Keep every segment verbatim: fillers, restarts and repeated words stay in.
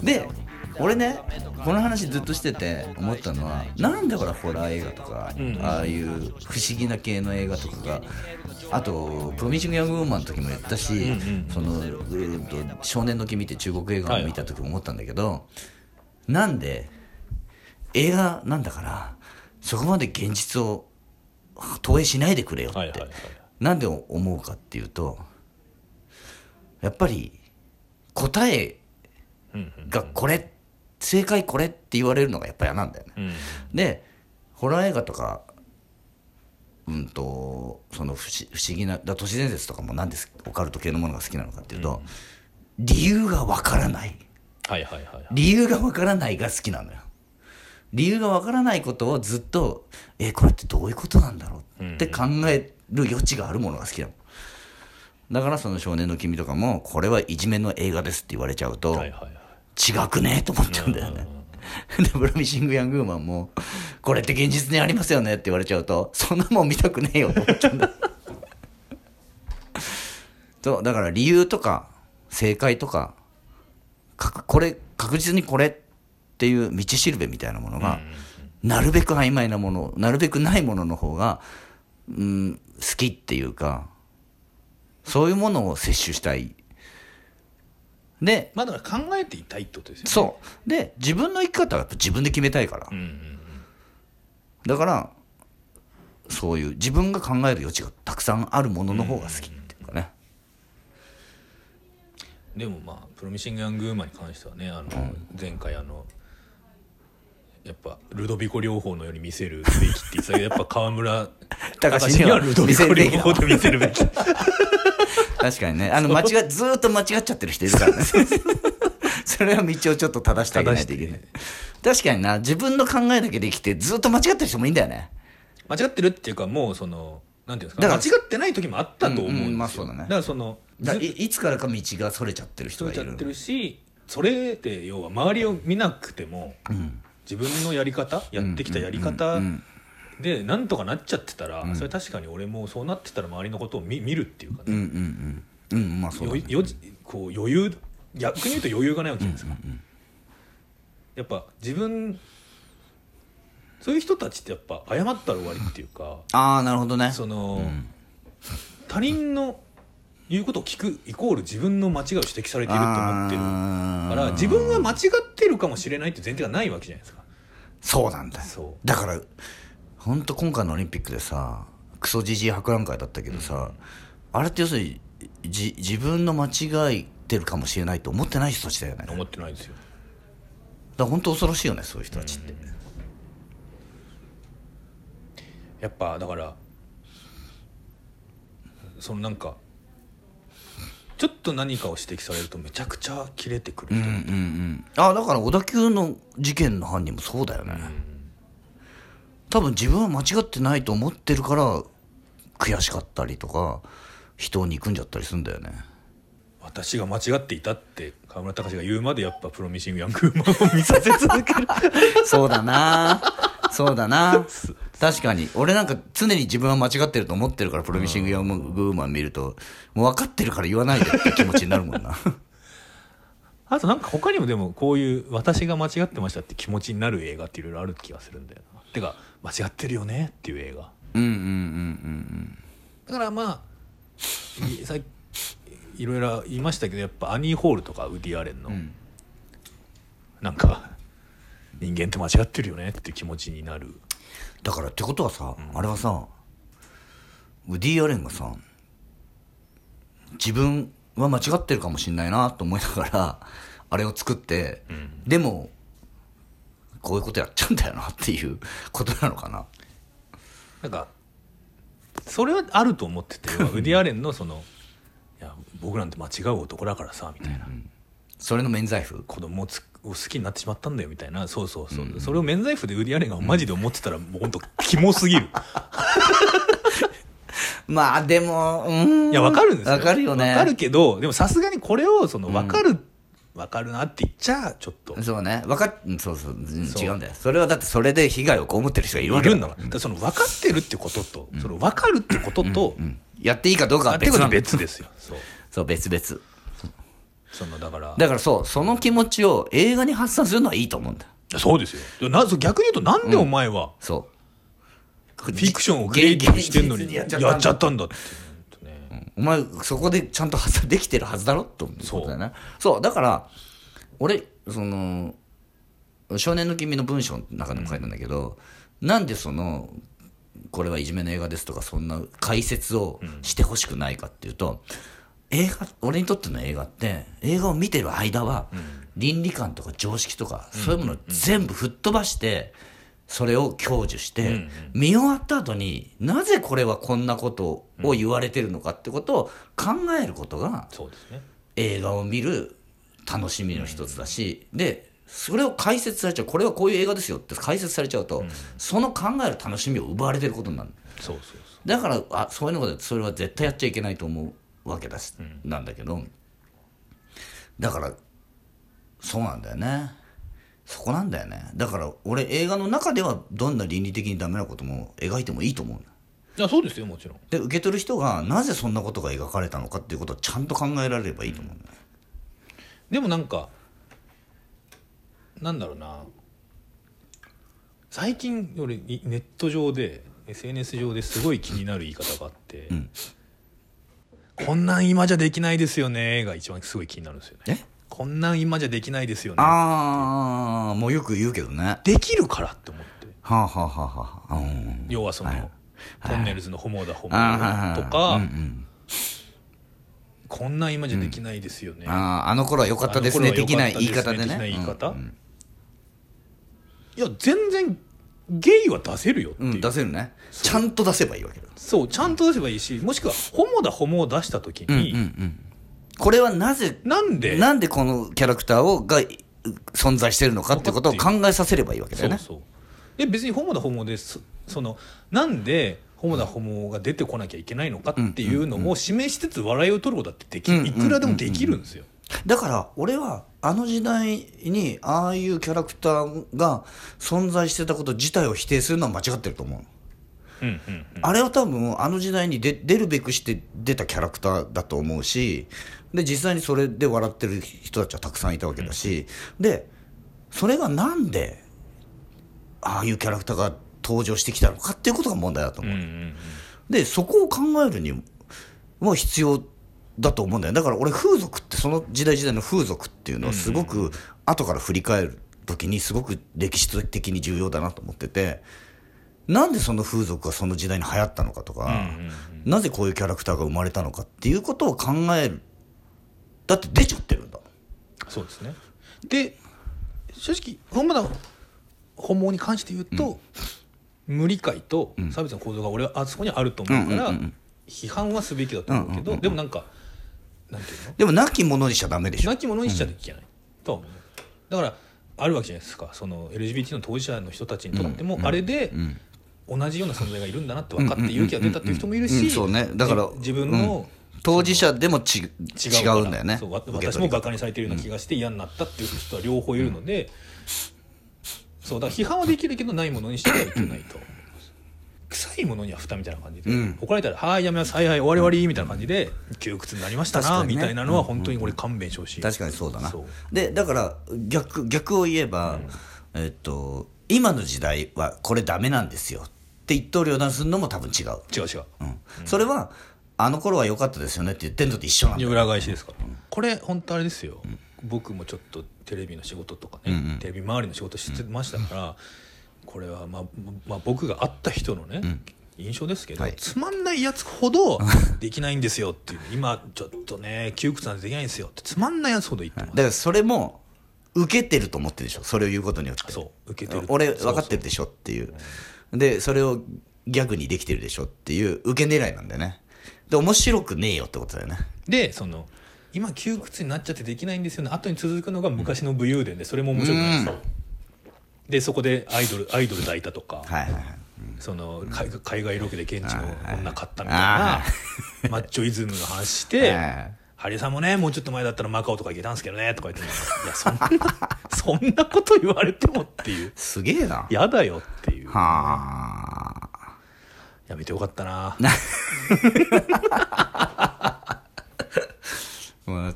で俺ねこの話ずっとしてて思ったのはなんでほらホラー映画とか、うんうん、ああいう不思議な系の映画とかがあとプロミシング・ヤング・ウーマンの時も言ったし、うんうん、そのうーと少年の君って中国映画を見た時も思ったんだけど、はい、なんで映画なんだからそこまで現実を投影しないでくれよって、はいはいはい、なんで思うかっていうとやっぱり答えがこれ正解これって言われるのがやっぱり嫌なんだよね、うん、でホラー映画とかうんとその不思、不思議なだ都市伝説とかも何ですオカルト系のものが好きなのかっていうと、うん、理由がわからない、はいはいはいはい、理由がわからないが好きなのよ。理由がわからないことをずっとえこれってどういうことなんだろうって考える余地があるものが好きなの。だからその少年の君とかもこれはいじめの映画ですって言われちゃうと、はいはいはい、違くねえと思っちゃうんだよね、うん、でプロミシング・ヤング・ウーマンもこれって現実にありますよねって言われちゃうとそんなもん見たくねえよと思っちゃうんだそうだから理由とか正解とかかこれ確実にこれっていう道しるべみたいなものが、うん、なるべく曖昧なものなるべくないものの方が、うん、好きっていうかそういうものを摂取したいで、 まあ、だから考えていたいってことですよね。 そうで自分の生き方はやっぱ自分で決めたいから、うんうんうん、だからそういう自分が考える余地がたくさんあるものの方が好きっていうかね、 うんうんうん、でもまあプロミシング・ヤング・ウーマンに関してはねあの、うん、前回あのやっぱルドビコ療法のように見せるべきって言ってたけどやっぱ川村隆にはルドビコ療法で見せるべき確かにねあの間違ずっと間違っちゃってる人いるからねそれは道をちょっと正してあげないといけない。確かにな自分の考えだけで生きてずっと間違ってる人もいいんだよね。 間違ってるっていうかもうそのなんていうんですか間違ってない時もあったと思うんですよ、うんうんまあそうだね、だからそのだい, いつからか道がそれちゃってる人がいる。 それちゃってるしそれって要は周りを見なくても、うん自分のやり方やってきたやり方でなんとかなっちゃってたら、うん、それ確かに俺もそうなってたら周りのことを 見, 見るっていうかね、うんうんうんうんまあそうだね、よよこう余裕逆に言うと余裕がないわけじゃないですか、うんうんうん、やっぱ自分そういう人たちってやっぱ謝ったら終わりっていうかああなるほどねその、うん、他人の言うことを聞くイコール自分の間違いを指摘されていると思ってるから自分が間違ってるかもしれないって前提がないわけじゃないですか。 そうなんだよ。そうだから本当今回のオリンピックでさクソジジイ博覧会だったけどさ、うん、あれって要するにじ自分の間違えてるかもしれないと思ってない人たちだよね。 思ってないですよ。だから本当恐ろしいよねそういう人たちって、うん、 やっぱだからそのなんかちょっと何かを指摘されるとめちゃくちゃキレてくる人、うんうんうん、 あだから小田急の事件の犯人もそうだよね、うん、多分自分は間違ってないと思ってるから悔しかったりとか人を憎んじゃったりするんだよね。 私が間違っていたって川村隆が言うまでやっぱプロミシング・ヤング・ウーマンを見させ続けるそうだなそうだな確かに俺なんか常に自分は間違ってると思ってるからプロミシング・ヤング・ウーマン見るともう分かってるから言わないでって気持ちになるもんなあとなんか他にもでもこういう私が間違ってましたって気持ちになる映画っていろいろある気がするんだよな。てか間違ってるよねっていう映画うんうんうんうんうんだからまあさいろいろ言いましたけどやっぱアニー・ホールとかウディ・アレンの、うん、なんか人間って間違ってるよねって気持ちになる。 だからってことはさ、うん、あれはさウディ・アレンがさ自分は間違ってるかもしれないなと思いながらあれを作って、うん、でもこういうことやっちゃうんだよなっていうことなのかな。 なんかそれはあると思っててウディ・アレンのそのいや僕なんて間違う男だからさみたいな、うんうん、 それの免罪符子供を好きになってしまったんだよみたいなそうそうそう、うん、それを免罪符でウディ・アレンがマジで思ってたら、うん、もう本当キモすぎるまあでもうーんいや分かるんですよ分かるよね分かるけどでもさすがにこれをその分かる、うん、分かるなって言っちゃちょっとそうね分かっそうそう、うん、違うんだよ。それはだってそれで被害を被ってる人がいるわけだから。 いるんだからその分かってるってことと、うん、その分かるってことと、 うんうんうん、やっていいかどうかは別なんだ。 別ですよ。そうそう別々 そのだからだからそうその気持ちを映画に発散するのはいいと思うんだよ。 そうですよ。な逆に言うとなんでお前は、 うん、そうフィクションをクリエイティブしてんのにやっちゃったんだって、ね、 うん、お前そこでちゃんと発散できてるはずだろってことだよね。そうそうだから俺その少年の君の文章の中でも書いたんだけど、うん、なんでそのこれはいじめの映画ですとかそんな解説をしてほしくないかっていうと、映画俺にとっての映画って映画を見てる間は倫理観とか常識とかそういうものを全部吹っ飛ばしてそれを享受して見終わった後になぜこれはこんなことを言われてるのかってことを考えることが映画を見る楽しみの一つだし、でそれを解説されちゃうこれはこういう映画ですよって解説されちゃうとその考える楽しみを奪われてることになる。 そうそうそうだからあそういうのでそれは絶対やっちゃいけないと思うわけだし、うん、なんだけどだからそうなんだよねそこなんだよね。だから俺映画の中ではどんな倫理的にダメなことも描いてもいいと思う。 いやそうですよもちろん。 で受け取る人がなぜそんなことが描かれたのかっていうことをちゃんと考えられればいいと思う、うん、 でもなんかなんだろうな最近俺ネット上で エスエヌエス 上ですごい気になる言い方があって、うん、こんなん今じゃできないですよねが一番すごい気になるんですよね。 えこんなん今じゃできないですよねああもうよく言うけどねできるからって思ってはあはあはあはあ、うん、 要はその、はい、トンネルズのホモだホモとか、うんうん、こんなん今じゃできないですよね、 うん、あ, あの頃は良かったですね的な言い方でね的な言い方、うんうん、いや全然ゲイは出せるよっていう、 うん、出せるねちゃんと出せばいいわけだ。 そうちゃんと出せばいいしもしくはホモだホモを出した時に、うんうんうん、 これはなぜなんでなんでこのキャラクターをが存在してるのかっていうことを考えさせればいいわけだよね。 そうそうで別にホモだホモですそのなんでホモだホモが出てこなきゃいけないのかっていうのを示しつつ笑いを取ることだってでき、うんうんうん、いくらでもできるんですよ。 だから俺はあの時代にああいうキャラクターが存在してたこと自体を否定するのは間違ってると思う。うんうんうん、あれは多分あの時代に出るべくして出たキャラクターだと思うしで実際にそれで笑ってる人たちはたくさんいたわけだし、うん、でそれがなんでああいうキャラクターが登場してきたのかっていうことが問題だと思う、うんうんうん、でそこを考えるにも必要だと思うんだよ。だから俺風俗ってその時代時代の風俗っていうのはすごく後から振り返る時にすごく歴史的に重要だなと思っててなんでその風俗がその時代に流行ったのかとか、うんうんうん、なぜこういうキャラクターが生まれたのかっていうことを考える。だって出ちゃってるんだもん。 そうですね。で正直本物本物に関して言うと、うん、無理解と差別の構造が俺はあそこにあると思うから、うんうんうん、批判はすべきだと思うけど、うんうんうん、でもなんかなんていうのでも亡き者にしちゃダメでしょ。 亡き者にしちゃいけない、うん、とは思う。だからあるわけじゃないですかその エルジービーティー の当事者の人たちにとっても、うん、あれで、うん同じような存在がいるんだなって分かって勇気が出たっていう人もいるし、 そうね。だから自分の、 うん、当事者でもち違うんだよね。 そう私もバカにされてるような気がして嫌になったっていう人は両方いるので、うん、そうだから批判はできるけどないものにしてはいけないと。臭いものには蓋みたいな感じで、うん、怒られたらはいやめますはいはい終わり終わりみたいな感じで窮屈になりましたな、ね、みたいなのは本当に俺勘弁してほしい。 確かにそうだな。でだから逆逆を言えば、うん、えっと今の時代はこれダメなんですよって一刀両断するのも多分違う違う違う、 うんうん、それはあの頃は良かったですよねって言ってんのと一緒なんだよ。 裏返しですから、うん、これ本当あれですよ、うん、僕もちょっとテレビの仕事とかね、うんうん、テレビ周りの仕事してましたから、うん、これは、まあまあ、僕が会った人のね、うん、印象ですけど、はい、つまんないやつほどできないんですよっていう今ちょっとね窮屈なんでできないんですよってつまんないやつほど言ってます。 だからそれも受けてると思ってるでしょそれを言うことによって。 そう受けてる俺分かってるでしょっていう、そうそうでそれをギャグにできてるでしょっていう受け狙いなんだよね。で面白くねえよってことだよね。 でその今窮屈になっちゃってできないんですよね後に続くのが昔の武勇伝でそれも面白くないですよ。でそこでアイドルアイドル抱いたとか、はいはいはい、その海, 海外ロケで現地の女買ったみたいなマッチョイズムの話してハリーさんもねもうちょっと前だったらマカオとか行けたんですけどねとか言っていやそんなそんなこと言われてもっていうすげえなやだよっていうはあやめてよかったなもう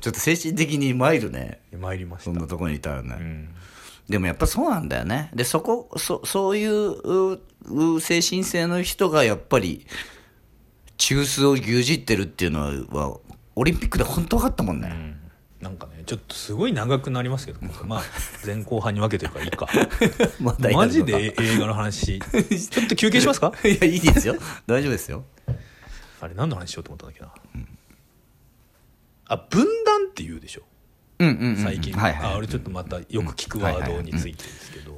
ちょっと精神的に参るね。 参りました。 そんなところにいたらね、 うん、 でもやっぱそうなんだよね。でそこ そ, そういうう精神性の人がやっぱり中枢を牛耳ってるっていうのはオリンピックで本当分かったもんね、うん、 なんかねちょっとすごい長くなりますけどまあ前後半に分けてるからいいかまマジで映画の話ちょっと休憩しますか？ いやいいですよ大丈夫ですよ。 あれ何の話しようと思ったんだっけな、うん、あ分断って言うでしょ、 うんうんうんうん、 最近、 はいはい、 あ俺ちょっとまたよく聞くワードについてですけど、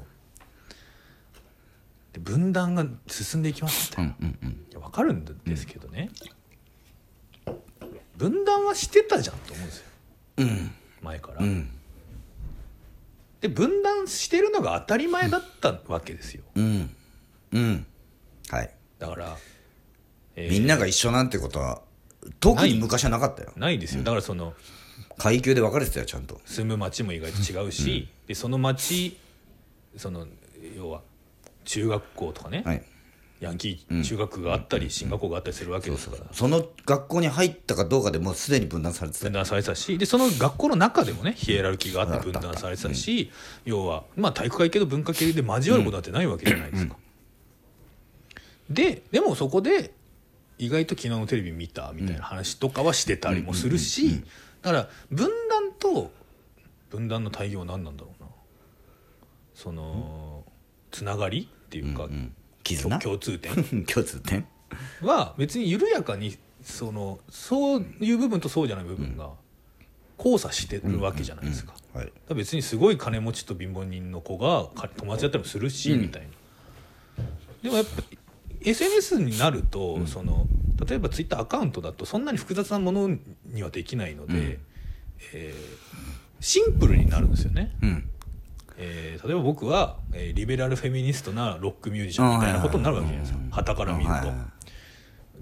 で分断が進んでいきますみたいな、うんうんうん、いや分かるんですけどね、うん、分断はしてたじゃんと思うんですよ、うん、前から、うん、で分断してるのが当たり前だったわけですよ、 うんうん、はい、 だから、 えー、みんなが一緒なんてことは特に昔はなかったよ。 ないですよ、うん、だからその階級で分かれてたよちゃんと。 住む町も意外と違うし、うん、でその町その要は中学校とかね、はい、ヤンキー中学があったり、うん、進学校があったりするわけですから、 その学校に入ったかどうかでもうすでに分断されてた分断されてたし、でその学校の中でもねヒエラルキーがあって分断されてたし、うん、要は、まあ、体育会系と文化系で交わることなんてないわけじゃないですか、うん、ででもそこで意外と昨日のテレビ見たみたいな話とかはしてたりもするし、だから分断と分断の対義は何なんだろうな、そのつながりっていうか、うんうん、 絆共通点共通点は別に緩やかにそのそういう部分とそうじゃない部分が交差してるわけじゃないですか、うんうんうん、はい、別にすごい金持ちと貧乏人の子が友達だったりもするし、うん、みたいな。でもやっぱ エスエヌエス になると、うん、その例えばツイッターアカウントだとそんなに複雑なものにはできないので、うん、えー、シンプルになるんですよね、うん、えー、例えば僕は、えー、リベラルフェミニストなロックミュージシャンみたいなことになるわけじゃないですか、旗から見ると、はいはい、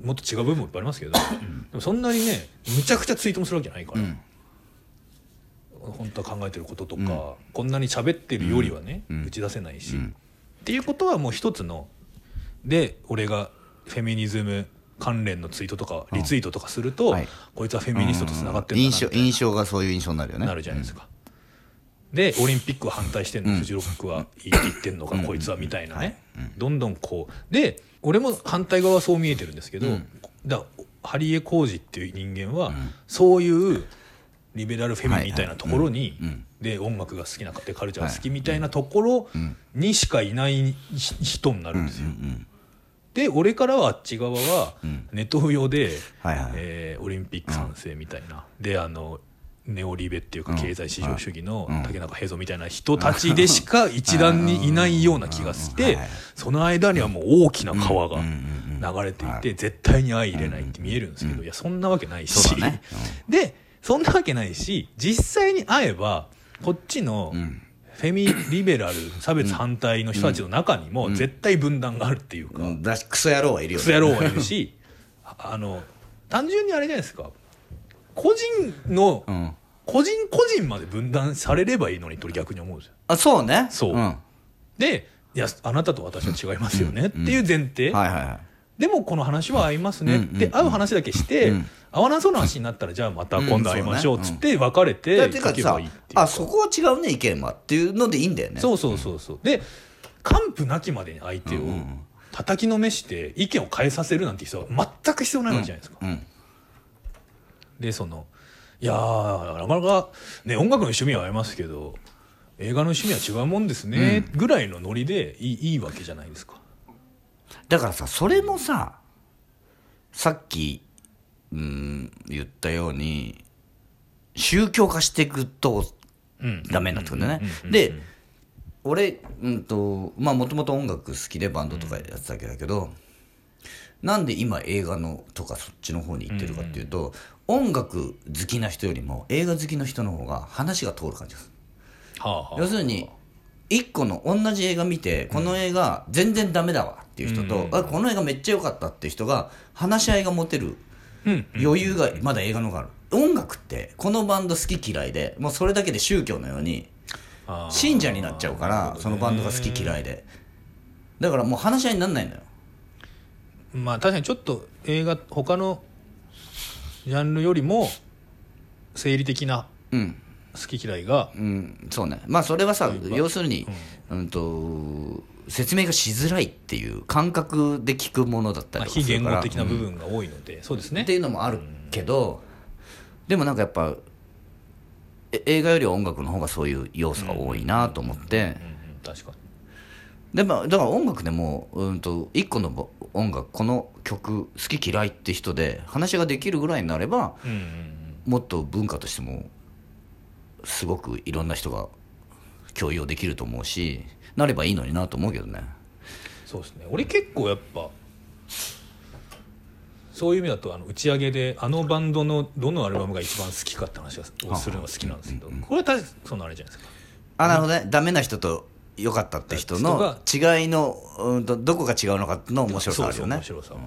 もっと違う部分もいっぱいありますけどでもそんなにねむちゃくちゃツイートもするわけじゃないから、うん、本当は考えてることとか、うん、こんなに喋ってるよりはね、うん、打ち出せないし、うん、っていうことはもう一つので俺がフェミニズム関連のツイートとかリツイートとかすると、はい、こいつはフェミニストとつながってるんだなみたいな、 印象、印象がそういう印象になるよね。 なるじゃないですか、うん、でオリンピックは反対してんの、うん、フジロックはいいって言ってんのか、うん、こいつはみたいなね、はい、うん、どんどんこうで俺も反対側はそう見えてるんですけど、うん、だハリエコージっていう人間は、うん、そういうリベラルフェミみたいなところに、はいはい、うん、で音楽が好きなでカルチャーが好きみたいなところにしかいない人になるんですよ、うんうんうん、で俺からはあっち側はネトウヨで、はいはい、えー、オリンピック賛成みたいな、うん、であのネオリベっていうか経済市場主義の竹中平蔵みたいな人たちでしか一覧にいないような気がしてその間にはもう大きな川が流れていて絶対に相入れないって見えるんですけど、いやそんなわけないし、ね、うん、でそんなわけないし実際に会えばこっちのフェミリベラル差別反対の人たちの中にも絶対分断があるっていうか、うんうん、だしクソ野郎はいるよね。クソ野郎はいるしあの単純にあれじゃないですか、個人の、うん、個人個人まで分断されればいいのにと逆に思うんですよ。 あ、そうね。 そう、うん、でいやあなたと私は違いますよねっていう前提、うんうん、はいはいはい、でもこの話は合いますねって合う話だけして、うんうん、合わなそうな話になったらじゃあまた今度会いましょうっつって別れていけばいいっていうか、 あそこは違うね意見はっていうのでいいんだよね。 そうそうそうそう。で完膚なきまでに相手を叩きのめして意見を変えさせるなんて人は全く必要ないわけじゃないですか、うんうん、でそのいやーなかなかね音楽の趣味はありますけど映画の趣味は違うもんですね、うん、ぐらいのノリでいい、いいわけじゃないですか。 だからさそれもささっきうん言ったように宗教化していくとダメになってくるんだよね。で俺うんとまあもともと音楽好きでバンドとかやってたわけだけど、うん、なんで今映画のとかそっちの方に行ってるかっていうと、うんうん、音楽好きな人よりも映画好きの人の方が話が通る感じです、はあはあ、要するに一個の同じ映画見てこの映画全然ダメだわっていう人と、うん、あこの映画めっちゃ良かったっていう人が話し合いが持てる余裕がまだ映画の方がある。音楽ってこのバンド好き嫌いでもうそれだけで宗教のように信者になっちゃうからそのバンドが好き嫌いでだからもう話し合いにならないのよ。 まあ確かにちょっと映画他のジャンルよりも生理的なうん好き嫌いが、 うん、そうね。まあそれはさ、要するに、 うんうんと説明がしづらいっていう感覚で聞くものだったりとかまあ、非するから、 言語的な部分が多いので、うん、そうですねっていうのもあるけど、うん、でもなんかやっぱえ映画よりは音楽の方がそういう要素が多いなと思って、うんうんうんうん、 確かに。 でもだから音楽でもうんと一個の音楽、この曲好き嫌いって人で話ができるぐらいになれば、 うんうんうん、 もっと文化としてもすごくいろんな人が共有できると思うし、なればいいのになと思うけどね。 そうですね。俺結構やっぱそういう意味だと、あの打ち上げであのバンドのどのアルバムが一番好きかって話をするのが好きなんですけど、これは確かそのあれじゃないですか。 あ、なるほどね。ダメな人と良かったって人の違いの、うんとどこが違うのかっての面白さあるよね。 そうそう面白さ、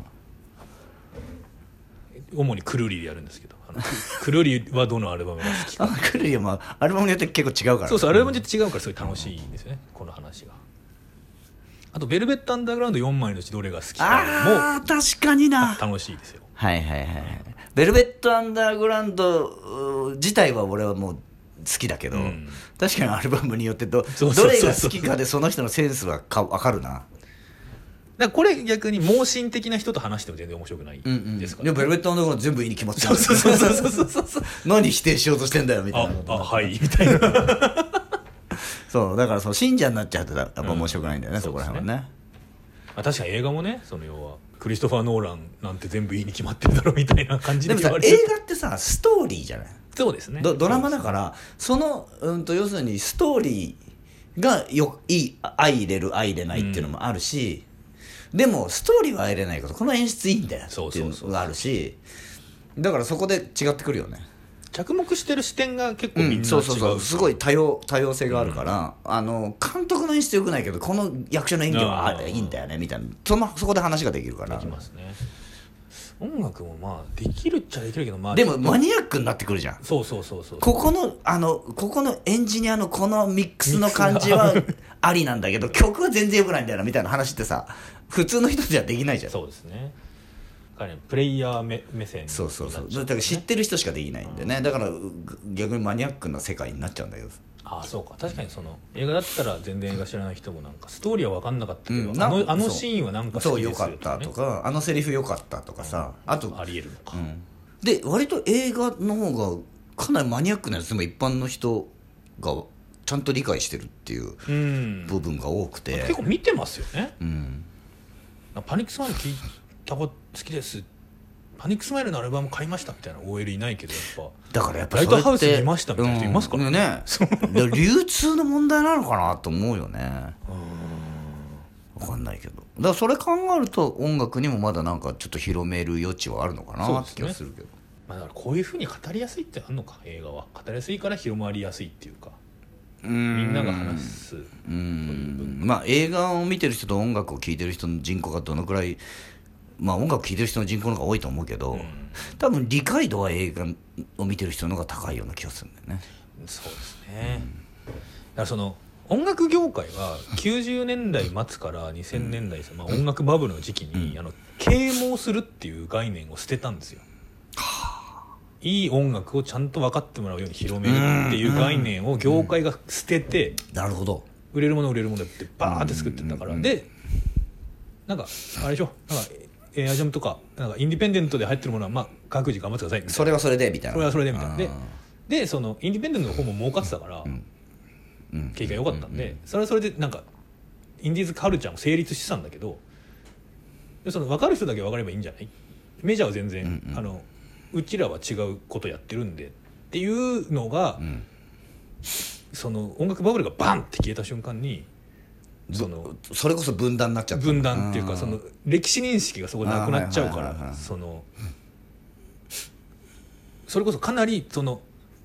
うん、主にクルリでやるんですけど、あのクルリはどのアルバムが好きか。 クルリはまあアルバムによって結構違うから。 そうそう、アルバムによって違うからすごい楽しいんですよね、うん、この話が。あとベルベットアンダーグラウンドよんまいのうちどれが好きかもあー確かにな楽しいですよ。 はいはいはい、ベルベットアンダーグラウンド自体は俺はもう好きだけど、うん、確かにアルバムによって ど, どれが好きかでその人のセンスはか分かるな。だからこれ逆に盲信的な人と話しても全然面白くないですから、ね、 うんうん、ベルベットアンダーグラウンド全部いいに決まってる。 そうそうそうそうそうそう何否定しようとしてんだよみたいな。 ああはいみたいなそうだからその信者になっちゃうとやっぱ面白くないんだよね、うん、そこら辺はね。 まあ、確かに映画もね、その要はクリストファー・ノーランなんて全部いいに決まってるだろうみたいな感じで言われてる。 でもさ映画ってさストーリーじゃない。 そうですね。 ド, ドラマだからその、うんと要するにストーリーがよいい相入れる相入れないっていうのもあるし、うん、でもストーリーは相入れないけどこの演出いいんだよっていうのがあるし、だからそこで違ってくるよね。 着目してる視点が結構みんな違う、うん、 そうそうそう、すごい多様多様性があるから、うん、あの監督の演出よくないけどこの役者の演技はいいんだよねみたいな、そのそこで話ができるからできますね。音楽もまあできるっちゃできるけど、まあでもマニアックになってくるじゃん。 そうそうそうそう、 ここのあのここのエンジニアのこのミックスの感じはありなんだけど曲は全然良くないんだよなみたいな話ってさ普通の人じゃできないじゃん。 そうですね。プレイヤー 目, 目線、ね、 そうそうそう、だから知ってる人しかできないんでね、だから逆にマニアックな世界になっちゃうんだけど。 ああそうか、確かにその映画だったら全然映画知らない人もなんかストーリーは分かんなかったけど、うん、あのあのシーンはなんか好きですよとか、ね、そう良かったとかあのセリフ良かったとかさ、うん、あとありえるのか、 うん、で割と映画の方がかなりマニアックなやつでも一般の人がちゃんと理解してるっていう部分が多くて、うん、 結構見てますよね、 うん、 パニックスマイル聞いたこと好きです、パニックスマイルのアルバム買いましたみたいな オーエル いないけど、やっぱだからやっぱライトハウス見ましたみたいな人いますからね、 うん、ね流通の問題なのかなと思うよね。分かんないけど、だからそれ考えると音楽にもまだなんかちょっと広める余地はあるのかなって気がするけど、 まあ、だからこういうふうに語りやすいってあるのか、映画は語りやすいから広まりやすいっていうか、 うーんみんなが話す、うーんまあ映画を見てる人と音楽を聴いてる人の人口がどのくらい、まあ音楽聴いてる人の人口の方が多いと思うけど、うん、多分理解度は映画を見てる人の方が高いような気がするんだよね。 そうですね、うん、だからその音楽業界はきゅうじゅうねんだい末からにせんねんだい、うんまあ、音楽バブルの時期に、うん、あの啓蒙するっていう概念を捨てたんですよ。いい音楽をちゃんと分かってもらうように広めるっていう概念を業界が捨てて、うん、 なるほど、 売れるもの売れるものってバーって作ってったから、でなんかあれでしょ、なんかエアジャムとかなんかインディペンデントで入ってるものはまあ各自頑張ってくださいみたいな、 それはそれでみたいな、 それはそれでみたいなででそのインディペンデントの方も儲かってたから、うんうん、景気が良かったんで、うんうん、それはそれでなんかインディーズカルチャーも成立してたんだけど、でその分かる人だけ分かればいいんじゃない、メジャーは全然、うんうん、あのうちらは違うことやってるんでっていうのが、うん、その音楽バブルがバンって消えた瞬間にそのそれこそ分断になっちゃった分断っていうかその歴史認識がそこでなくなっちゃうからそのそれこそかなりその好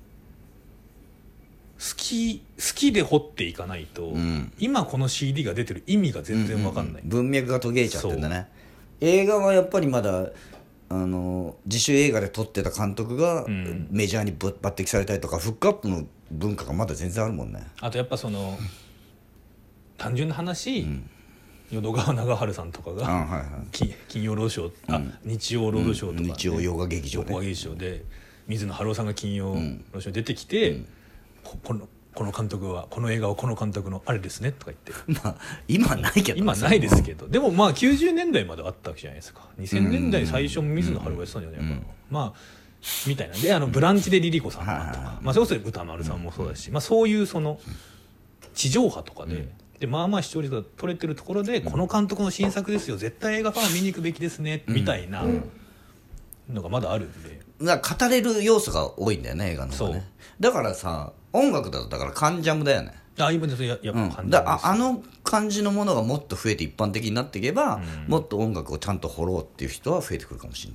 き好きで掘っていかないと、うん、今この シーディー が出てる意味が全然分かんない、 うんうんうん、文脈が途切れちゃってんだね。映画はやっぱりまだあの自主映画で撮ってた監督がメジャーに抜擢されたりとか、フックアップの文化がまだ全然あるもんね。 あとやっぱその単純な話、うん、淀川長春さんとかが、はいはい、金曜ロードショー、うん、あ日曜ロードショーとか、ね、 日曜洋画劇場で洋画劇場で水野晴郎さんが金曜ローションに出てきて、うん、こ, このこの監督はこの映画はこの監督のあれですねとか言ってまあ今ないけど今ないですけどでもまあきゅうじゅうねんだいまであったわけじゃないですか。にせんねんだい最初も水野晴郎がやってたんじゃないかな、うん、まあみたいなんであのブランチでリリコさんとか、まあ、それこそ歌丸さんもそうだし、まあ、そういうその地上波とかで、うん、でまあまあ視聴率が取れてるところで、うん、この監督の新作ですよ絶対映画ファンは見に行くべきですね、うん、みたいなのがまだあるんで、 だから語れる要素が多いんだよね映画の方がね。だからさ音楽だとだからカンジャムだよね。 あ今ですややっぱカンジャムです、 うん、だ あ, あの感じのものがもっと増えて一般的になっていけば、うん、もっと音楽をちゃんと掘ろうっていう人は増えてくるかもしれない。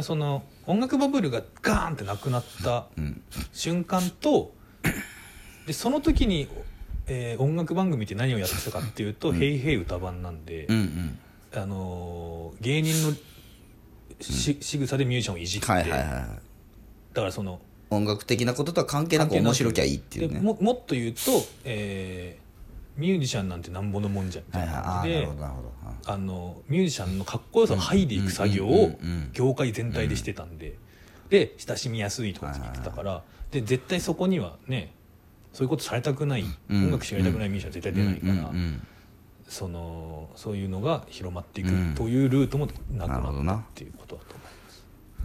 その音楽バブルがガーンってなくなった瞬間と、うん、でその時に、えー、音楽番組って何をやってたかっていうと「うん、ヘイヘイ歌番」なんで、うんうん、あのー、芸人のし、うん、仕草でミュージシャンをいじって、はいはいはい、だからその音楽的なこととは関係なく面白きゃいいっていうね。 で も, もっと言うと、えー、ミュージシャンなんてなんぼのもんじゃんみたいな感じで、あのミュージシャンのかっこよさを剥いでいく作業を業界全体でしてたんで、で親しみやすいとかって言ってたから、で絶対そこにはねそういうことされたくない、音楽しかやりたくないミュージシャンは絶対出ないから、そのそういうのが広まっていくというルートもなくなったっていうことだと思います。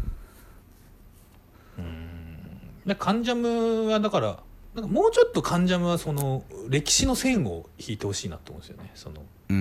うんでカンジャムはだからなんかもうちょっとカンジャムはその歴史の線を引いてほしいなと思うんですよね。その、うんうん、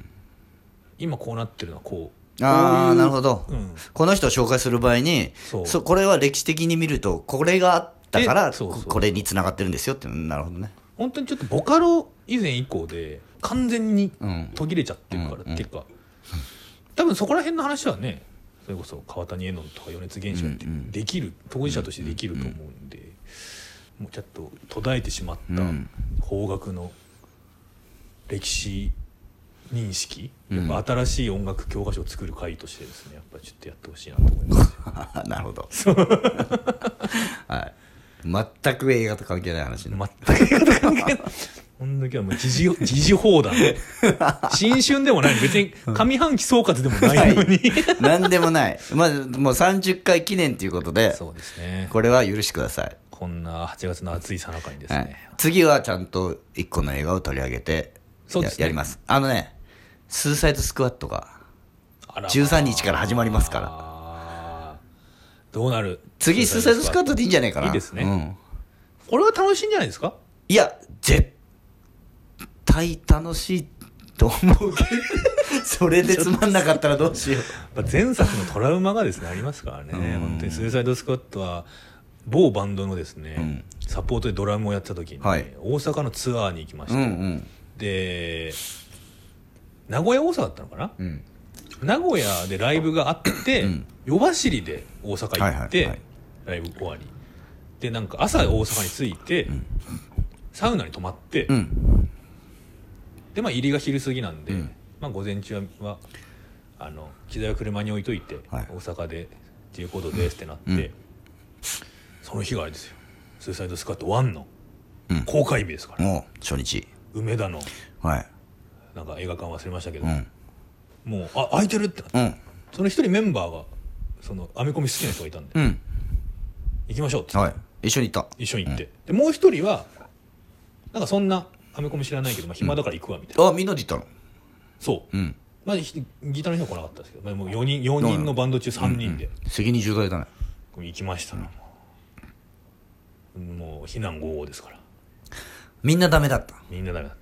今こうなってるのはこうああなるほど、うん、この人を紹介する場合にそこれは歴史的に見るとこれがあったからそうそうこれに繋がってるんですよっていうなるほどね。 本当にちょっとボカロ以前以降で完全に途切れちゃってるから、うん、っていうか多分そこら辺の話はねそれこそ川谷絵音とか米津玄師ができる、うんうん、当事者としてできると思うんで、うんうん、もうちょっと途絶えてしまった邦楽の歴史認識、うん、やっぱ新しい音楽教科書を作る会としてですねやっぱりちょっとやってほしいなと思いますなるほどはい全く映画と関係ない話ね。 全く映画と関係ないこんだけはもう時事時事放談で新春でもない別に上半期総括でもないのに何でもない、まあ、もうさんじゅっかい記念ということでそうですねこれは許してください。 こんなはちがつの暑いさなかにですね、はい、 次はちゃんといっこの映画を取り上げて や, やります。あのねスーサイドスクワットがじゅうさんにちから始まりますからどうなる。 次スーサイドスクワットでいいんじゃないかな。 いいですね、うん、これは楽しいんじゃないですか。 いや絶対楽しいと思うけどそれでつまんなかったらどうしよう前作のトラウマがですねありますからね、うん、本当にスーサイドスクワットは某バンドのですね、うん、サポートでドラムをやってた時に、ねはい、大阪のツアーに行きまして、うんうん、で名古屋大阪だったのかな、うん、名古屋でライブがあって、うん、夜走りで大阪行って、はいはいはい、ライブ終わりでなんか朝大阪に着いて、うん、サウナに泊まって、うん、でまあ入りが昼過ぎなんで、うんまあ、午前中はあの機材は車に置いといて、はい、大阪で自由行動ですってなって、うん、その日があれですよスーサイドスクワットワンの公開日ですから、 もう初日梅田の、 はい、 なんか映画館忘れましたけど、うん、もうあ空いてるってなって、うん、その一人メンバーがそのアメコミ好きな人がいたんで、うん、行きましょうって、はい、 一緒に行った一緒に行って、うん、でもう一人はなんかそんなアメコミ知らないけど、まあ、暇だから行くわみたいな、 うん、あみんなで行ったの。 そう、うんまあ、ギターの人は来なかったですけど、まあ、もうよにん、よにんのバンド中さんにんで、 うんうん、責任重大だね。 行きましたね、うん、もう非難合々ですから。 みんなダメだった。 みんなダメだった、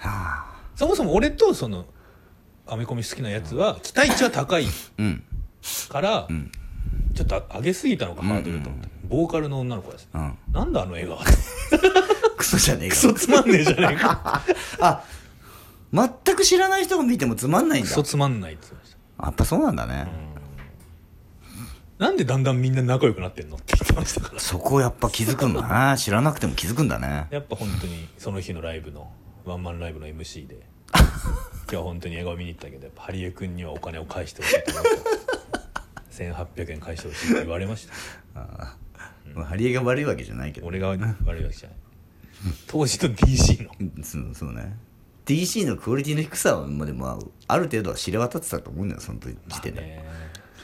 はあ、そもそも俺とそのアメコミ好きなやつは期待値は高いから、うん、ちょっと上げすぎたのかハードルと思って、うんうん、ボーカルの女の子です、うん、なんだあの映画はクソじゃねえか、 クソつまんねえじゃねえかあ全く知らない人が見てもつまんないんだ。 クソつまんないって言ってました。 やっぱそうなんだね、 うん、なんでだんだんみんな仲良くなってんのって言ってましたから。 そこをやっぱ気づくんだな知らなくても気づくんだね。 やっぱ本当にその日のライブのワンマンライブの エムシー で今日は本当に映画を見に行ったけどやっぱハリエ君にはお金を返してほしいと思ってせんはっぴゃくえん返してほしいって言われましたあ、 うん、ハリエが悪いわけじゃないけど、 俺が悪いわけじゃない当時と ディーシー のそうそうね ディーシー のクオリティの低さはまでもある程度は知れ渡ってたと思うんだよその時点で、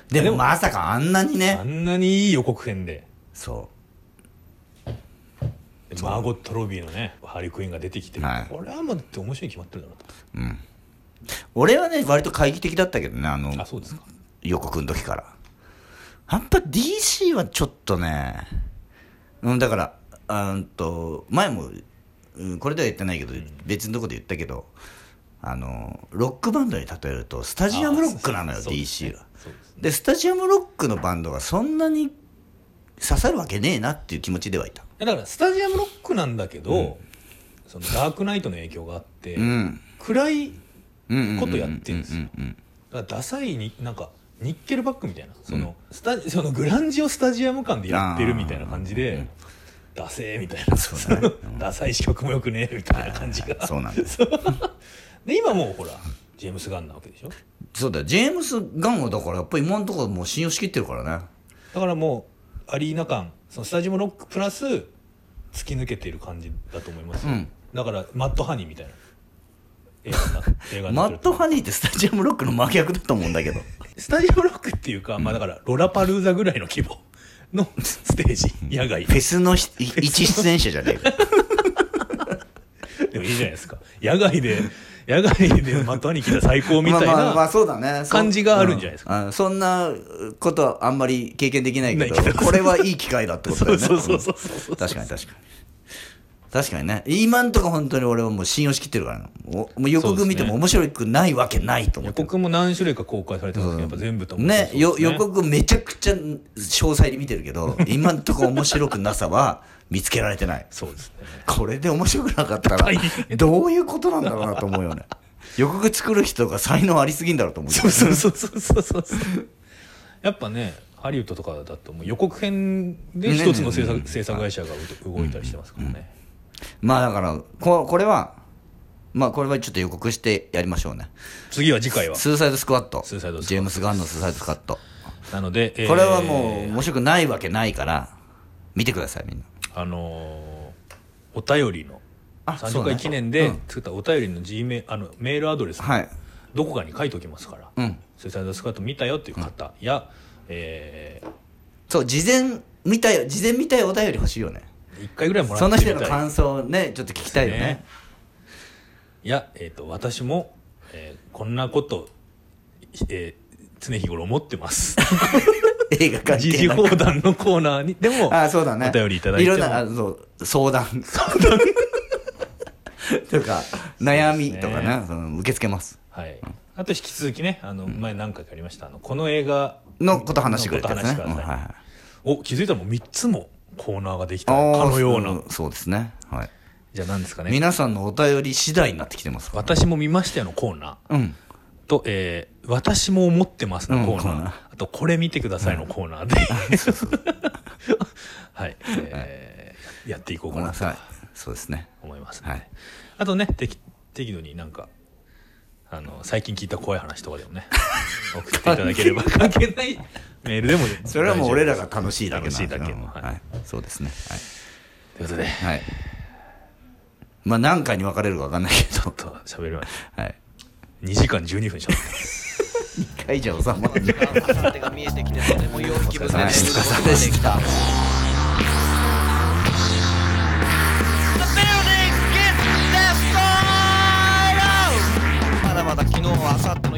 でもまさかあんなにね、 あんなにいい予告編で、 そうでマーゴット・ロビーのねハリー・クイーンが出てきて、はい、これはもうって面白いに決まってるだろうと。 うん、俺はね割と懐疑的だったけどね、あのあそうですか予告の時から。やっぱ ディーシー はちょっとね、うん、だからあんと前も、うん、これでは言ってないけど、うん、別のとこで言ったけど、あのロックバンドに例えるとスタジアムロックなのよ ディーシー は。でスタジアムロックのバンドがそんなに刺さるわけねえなっていう気持ちではいた。 だからスタジアムロックなんだけど、うん、そのダークナイトの影響があって、うん、暗いことやってるんですよ。だからダサいになんかニッケルバックみたいな、その、うん、スタそのグランジをスタジアム感でやってるみたいな感じで、うん、ダセーみたいな、そうだね、うん、ダサいし曲もよくねえみたいな感じがそうなんですで今もうほらジェームス・ガンなわけでしょ。 そうだよ、ジェームス・ガンはだからやっぱり今のところもう信用しきってるからね。 だからもうアリーナ感、そのスタジアムロックプラス突き抜けている感じだと思いますよ、うん、だからマッドハニーみたいな映画な映画マッドハニーってスタジアムロックの真逆だと思うんだけどスタジアムロックっていうか、うん、まあだからロラパルーザぐらいの規模のステージ、野外フェスの一出演者じゃねえかでもいいじゃないですか、野外で野外でマットハニー来たら最高みたいな感じがあるんじゃないですか。 うん、そんなことはあんまり経験できないけどこれはいい機会だってことだよね。 そうそうそうそう、 確かに確かに確かにね、今んとこ本当に俺はもう信用しきってるから、もう予告見ても面白くないわけないと思って、 ね、予告も何種類か公開されてますけど、やっぱ全部と思ってね、よ予告めちゃくちゃ詳細に見てるけど今んとこ面白くなさは見つけられてない。 そうですね、 これで面白くなかったらどういうことなんだろうなと思うよね予告作る人が才能ありすぎんだろうと思う。 そうそうそうそうそうそうやっぱねハリウッドとかだともう予告編で一つの制作、ね、制作会社が動いたりしてますからね、 うん、まあだからここれはまあこれはちょっと予告してやりましょうね。 次は次回はスーサイドスクワット、 スーサイドスクワットジェームス・ガンのスーサイドスクワットなので、えー、 これはもう面白くないわけないから見てくださいみんな。あのー、お便りのさんじゅっかい記念で作ったお便りの G メ、あのメールアドレスのどこかに書いておきますから、うん、スーサイドスクワット見たよっていう方や、うんえー、 そう事前見たよ事前見たいお便り欲しいよね。 いっかいぐらいもらってみたい。 その人の感想をねちょっと聞きたいよね。ねいや、えーと、私も、えー、こんなこと、えー、常日頃思ってます映画関係なく時事放談のコーナーにでもあそうだ、ね、 お便りいただいてもいろんなあそう相談相談とか悩みとかね、ねその受け付けます、 はい、うん、あと引き続きねあの、うん、前何回かありましたあのこの映画のこと話してくれたやつね、うんはいはい、 お気づいたらもうみっつもコーナーができたかのような、うん、 そうですね、はい、 じゃあ何ですかね、 皆さんのお便り次第になってきてます、ね、 私も見ましたよのコーナー、うん、と、えー、私も思ってますのコーナー、うん、あとこれ見てくださいのコーナーで、うん、はい、えー、やっていこうかなとそうですね思いますね、はい、あとね適度になんかあの最近聞いた怖い話とかでもね送っていただければ関係ないメールでもそれはもう俺らが楽しいだけ楽しいだけの、 はいはい、そうですね、はい、 ということで、はい、 まあ何回に分かれるか分かんないけどちょっと喋るわ、 はい、 にじかんじゅうにふんしゃべってますにかいじゃ収まらない朝手が見えてきてとても良い気分ですることができた。 まだまだ昨日は明後日